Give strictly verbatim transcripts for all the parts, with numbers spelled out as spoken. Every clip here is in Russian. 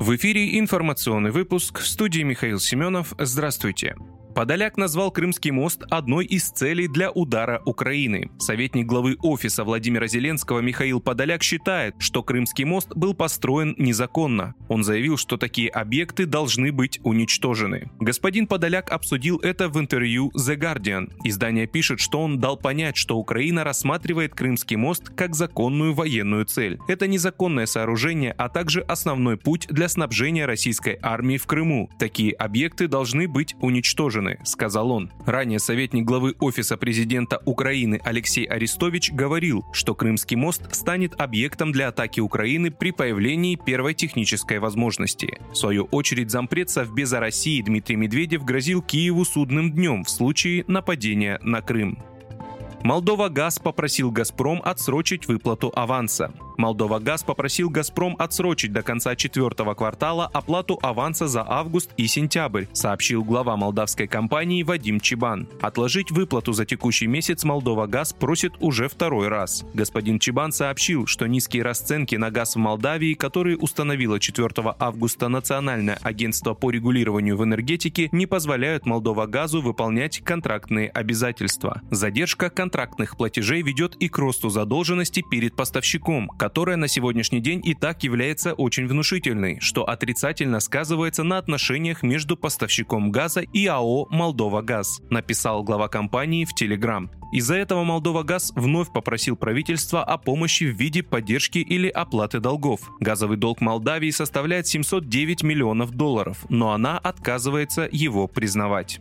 В эфире информационный выпуск, в студии Михаил Семенов. Здравствуйте. Подоляк назвал Крымский мост одной из целей для удара Украины. Советник главы офиса Владимира Зеленского Михаил Подоляк считает, что Крымский мост был построен незаконно. Он заявил, что такие объекты должны быть уничтожены. Господин Подоляк обсудил это в интервью The Guardian. Издание пишет, что он дал понять, что Украина рассматривает Крымский мост как законную военную цель. Это незаконное сооружение, а также основной путь для снабжения российской армии в Крыму. Такие объекты должны быть уничтожены, сказал он. Ранее советник главы Офиса президента Украины Алексей Арестович говорил, что Крымский мост станет объектом для атаки Украины при появлении первой технической возможности. В свою очередь, зампред Совбеза России Дмитрий Медведев грозил Киеву судным днем в случае нападения на Крым. Молдова Газ попросил «Газпром» отсрочить выплату аванса. Молдова Газ попросил «Газпром» отсрочить до конца четвертого квартала оплату аванса за август и сентябрь, сообщил глава молдавской компании Вадим Чибан. Отложить выплату за текущий месяц Молдова Газ просит уже второй раз. Господин Чибан сообщил, что низкие расценки на газ в Молдавии, которые установило четвертого августа Национальное агентство по регулированию в энергетике, не позволяют Молдова Газу выполнять контрактные обязательства. Задержка контрактных платежей ведет и к росту задолженности перед поставщиком, которая на сегодняшний день и так является очень внушительной, что отрицательно сказывается на отношениях между поставщиком газа и АО «Молдова Газ», написал глава компании в Telegram. Из-за этого Молдова Газ вновь попросил правительство о помощи в виде поддержки или оплаты долгов. Газовый долг Молдавии составляет семьсот девять миллионов долларов, но она отказывается его признавать.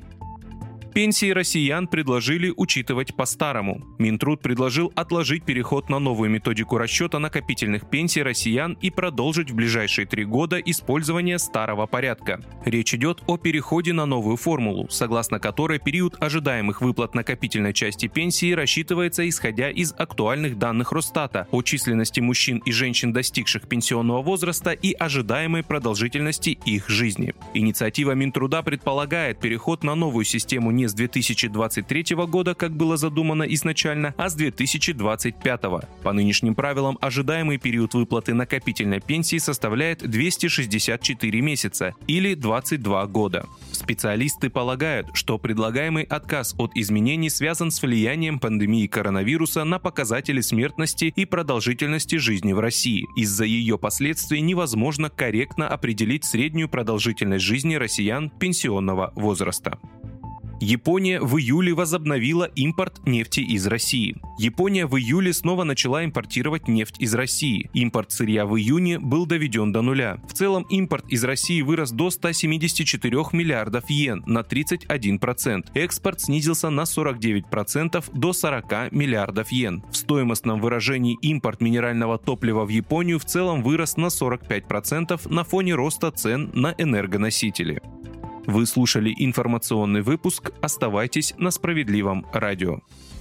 Пенсии россиян предложили учитывать по-старому. Минтруд предложил отложить переход на новую методику расчета накопительных пенсий россиян и продолжить в ближайшие три года использование старого порядка. Речь идет о переходе на новую формулу, согласно которой период ожидаемых выплат накопительной части пенсии рассчитывается исходя из актуальных данных Росстата о численности мужчин и женщин, достигших пенсионного возраста, и ожидаемой продолжительности их жизни. Инициатива Минтруда предполагает переход на новую систему не с две тысячи двадцать третьего года, как было задумано изначально, а с две тысячи двадцать пятого. По нынешним правилам ожидаемый период выплаты накопительной пенсии составляет двести шестьдесят четыре месяца или двадцать два года. Специалисты полагают, что предлагаемый отказ от изменений связан с влиянием пандемии коронавируса на показатели смертности и продолжительности жизни в России. Из-за ее последствий невозможно корректно определить среднюю продолжительность жизни россиян пенсионного возраста. Япония в июле возобновила импорт нефти из России. Япония в июле снова начала импортировать нефть из России. Импорт сырья в июне был доведен до нуля. В целом импорт из России вырос до ста семидесяти четырёх миллиардов йен на тридцать один процент. Экспорт снизился на сорок девять процентов до сорока миллиардов йен. В стоимостном выражении импорт минерального топлива в Японию в целом вырос на сорок пять процентов на фоне роста цен на энергоносители. Вы слушали информационный выпуск. Оставайтесь на Справедливом радио.